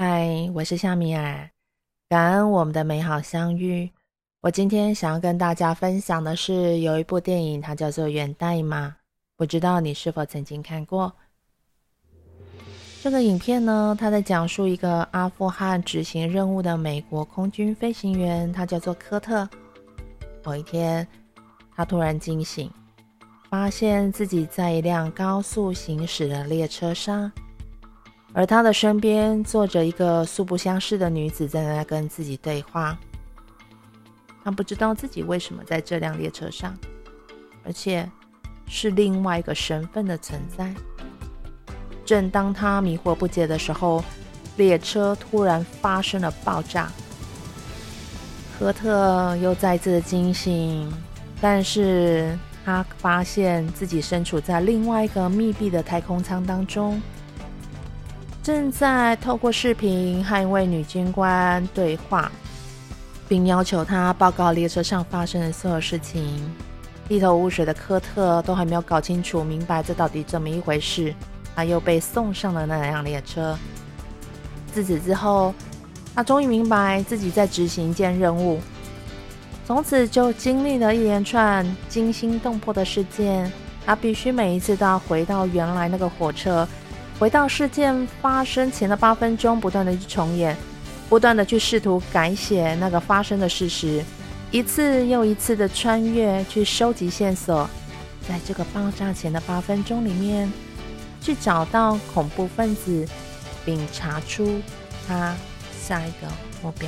嗨，我是夏米尔，感恩我们的美好相遇。我今天想要跟大家分享的是，有一部电影，它叫做《源代码》，不知道你是否曾经看过？这个影片呢，它在讲述一个阿富汗执行任务的美国空军飞行员，他叫做科特。某一天，他突然惊醒，发现自己在一辆高速行驶的列车上。而他的身边坐着一个素不相识的女子，在那跟自己对话。他不知道自己为什么在这辆列车上，而且是另外一个身份的存在。正当他迷惑不解的时候，列车突然发生了爆炸。科特又再次的惊醒，但是他发现自己身处在另外一个密闭的太空舱当中，正在透过视频和一位女军官对话，并要求她报告列车上发生的所有事情。一头雾水的科特都还没有搞清楚明白这到底怎么一回事，他又被送上了那辆列车。自此之后，他终于明白自己在执行一件任务，从此就经历了一连串惊心动魄的事件。他必须每一次都要回到原来那个火车，回到事件发生前的8分钟，不断的去重演，不断的去试图改写那个发生的事实，一次又一次的穿越，去收集线索，在这个爆炸前的8分钟里面，去找到恐怖分子，并查出他下一个目标。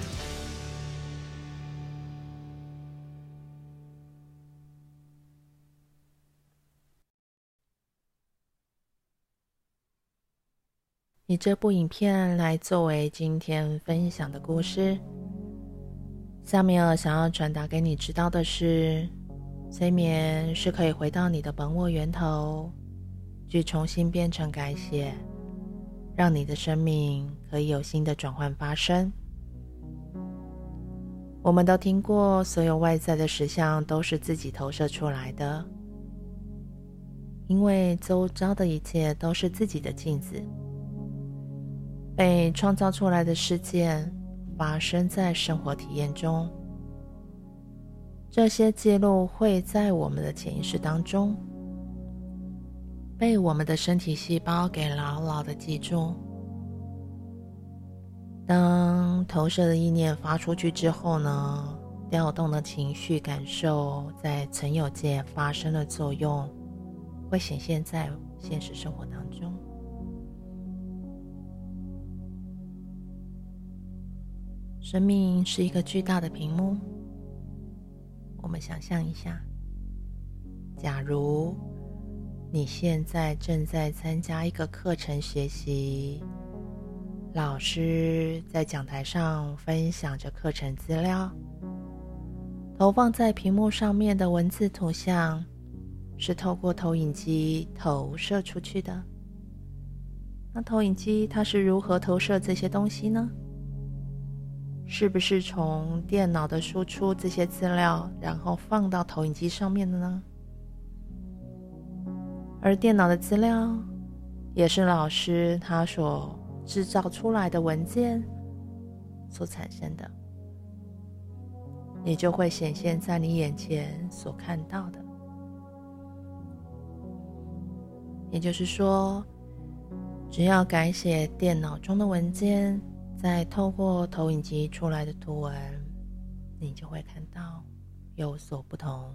以这部影片来作为今天分享的故事，下面想要传达给你知道的是，催眠是可以回到你的本我源头，去重新编程改写，让你的生命可以有新的转换发生。我们都听过，所有外在的实相都是自己投射出来的，因为周遭的一切都是自己的镜子。被创造出来的事件发生在生活体验中，这些记录会在我们的潜意识当中，被我们的身体细胞给牢牢的记住。当投射的意念发出去之后呢，调动的情绪感受在存有界发生了作用，会显现在现实生活当中。生命是一个巨大的屏幕，我们想象一下，假如你现在正在参加一个课程学习，老师在讲台上分享着课程资料，投放在屏幕上面的文字图像是透过投影机投射出去的。那投影机它是如何投射这些东西呢？是不是从电脑的输出这些资料，然后放到投影机上面的呢？而电脑的资料也是老师他所制造出来的文件所产生的，也就会显现在你眼前所看到的。也就是说，只要改写电脑中的文件，再透过投影机出来的图文，你就会看到有所不同。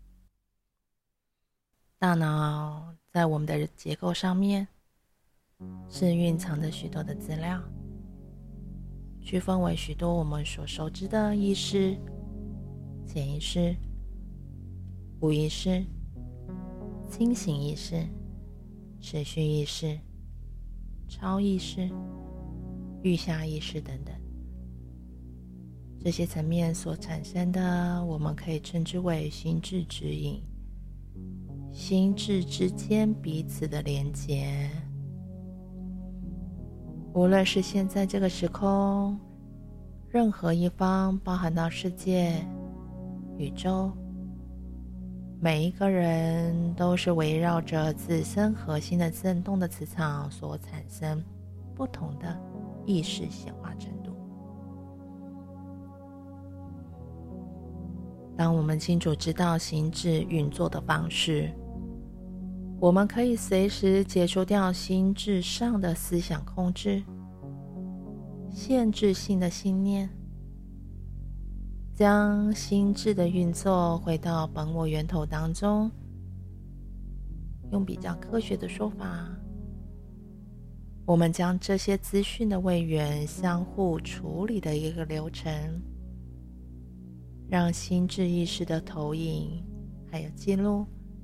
大脑在我们的结构上面是蕴藏着许多的资料，区分为许多我们所熟知的意识、潜意识、无意识、清醒意识、持续意识、超意识、预下意识等等。这些层面所产生的，我们可以称之为心智指引，心智之间彼此的连结。无论是现在这个时空，任何一方包含到世界、宇宙，每一个人都是围绕着自身核心的振动的磁场所产生不同的意识显化程度。当我们清楚知道心智运作的方式，我们可以随时解除掉心智上的思想控制、限制性的信念，将心智的运作回到本我源头当中。用比较科学的说法，我们将这些资讯的位元相互处理的一个流程，让心智意识的投影还有记录，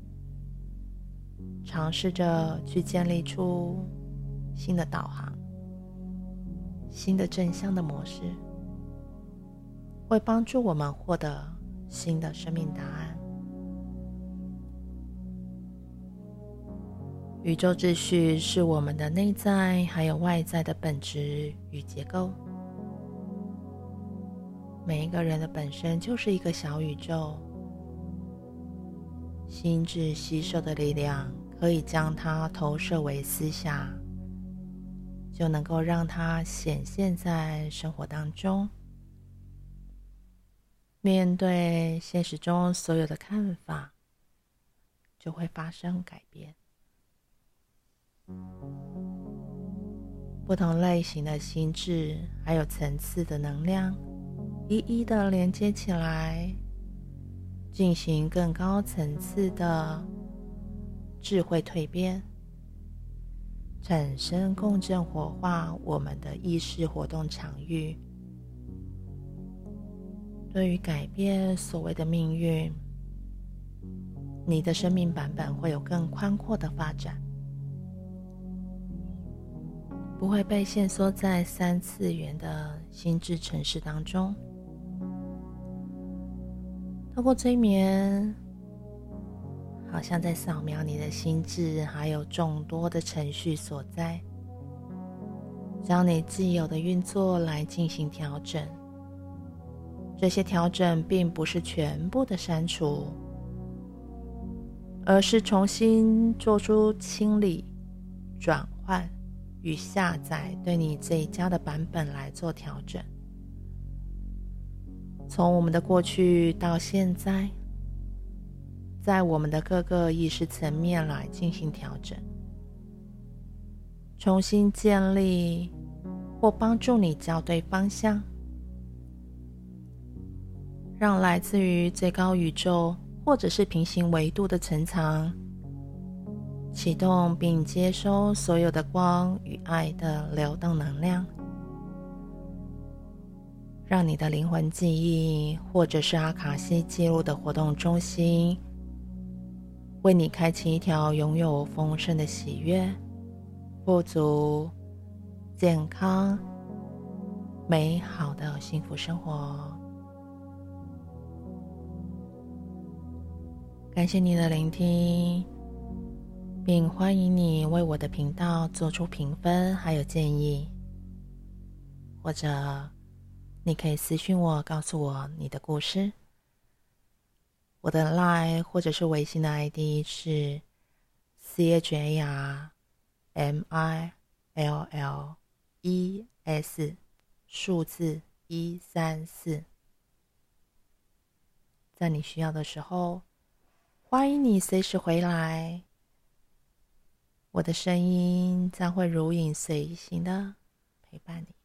尝试着去建立出新的导航、新的正向的模式，会帮助我们获得新的生命答案。宇宙秩序是我们的内在还有外在的本质与结构。每一个人的本身就是一个小宇宙，心智吸收的力量可以将它投射为思想，就能够让它显现在生活当中。面对现实中所有的看法，就会发生改变。不同类型的心智还有层次的能量一一的连接起来，进行更高层次的智慧蜕变，产生共振活化我们的意识活动场域。对于改变所谓的命运，你的生命版本会有更宽阔的发展，不会被限缩在3次元的心智程式当中。透过催眠，好像在扫描你的心智还有众多的程序所在，将你既有的运作来进行调整。这些调整并不是全部的删除，而是重新做出清理、转换与下载对你这一家的版本来做调整。从我们的过去到现在，在我们的各个意识层面来进行调整，重新建立或帮助你校对方向，让来自于最高宇宙或者是平行维度的层层启动并接收所有的光与爱的流动能量，让你的灵魂记忆或者是阿卡西记录的活动中心为你开启一条拥有丰盛的喜悦、富足、健康、美好的幸福生活。感谢你的聆听，并欢迎你为我的频道做出评分还有建议，或者你可以私讯我告诉我你的故事。我的 LINE 或者是微信的 ID 是 CHARMILLES 数字134。在你需要的时候，欢迎你随时回来，我的声音将会如影随形的陪伴你。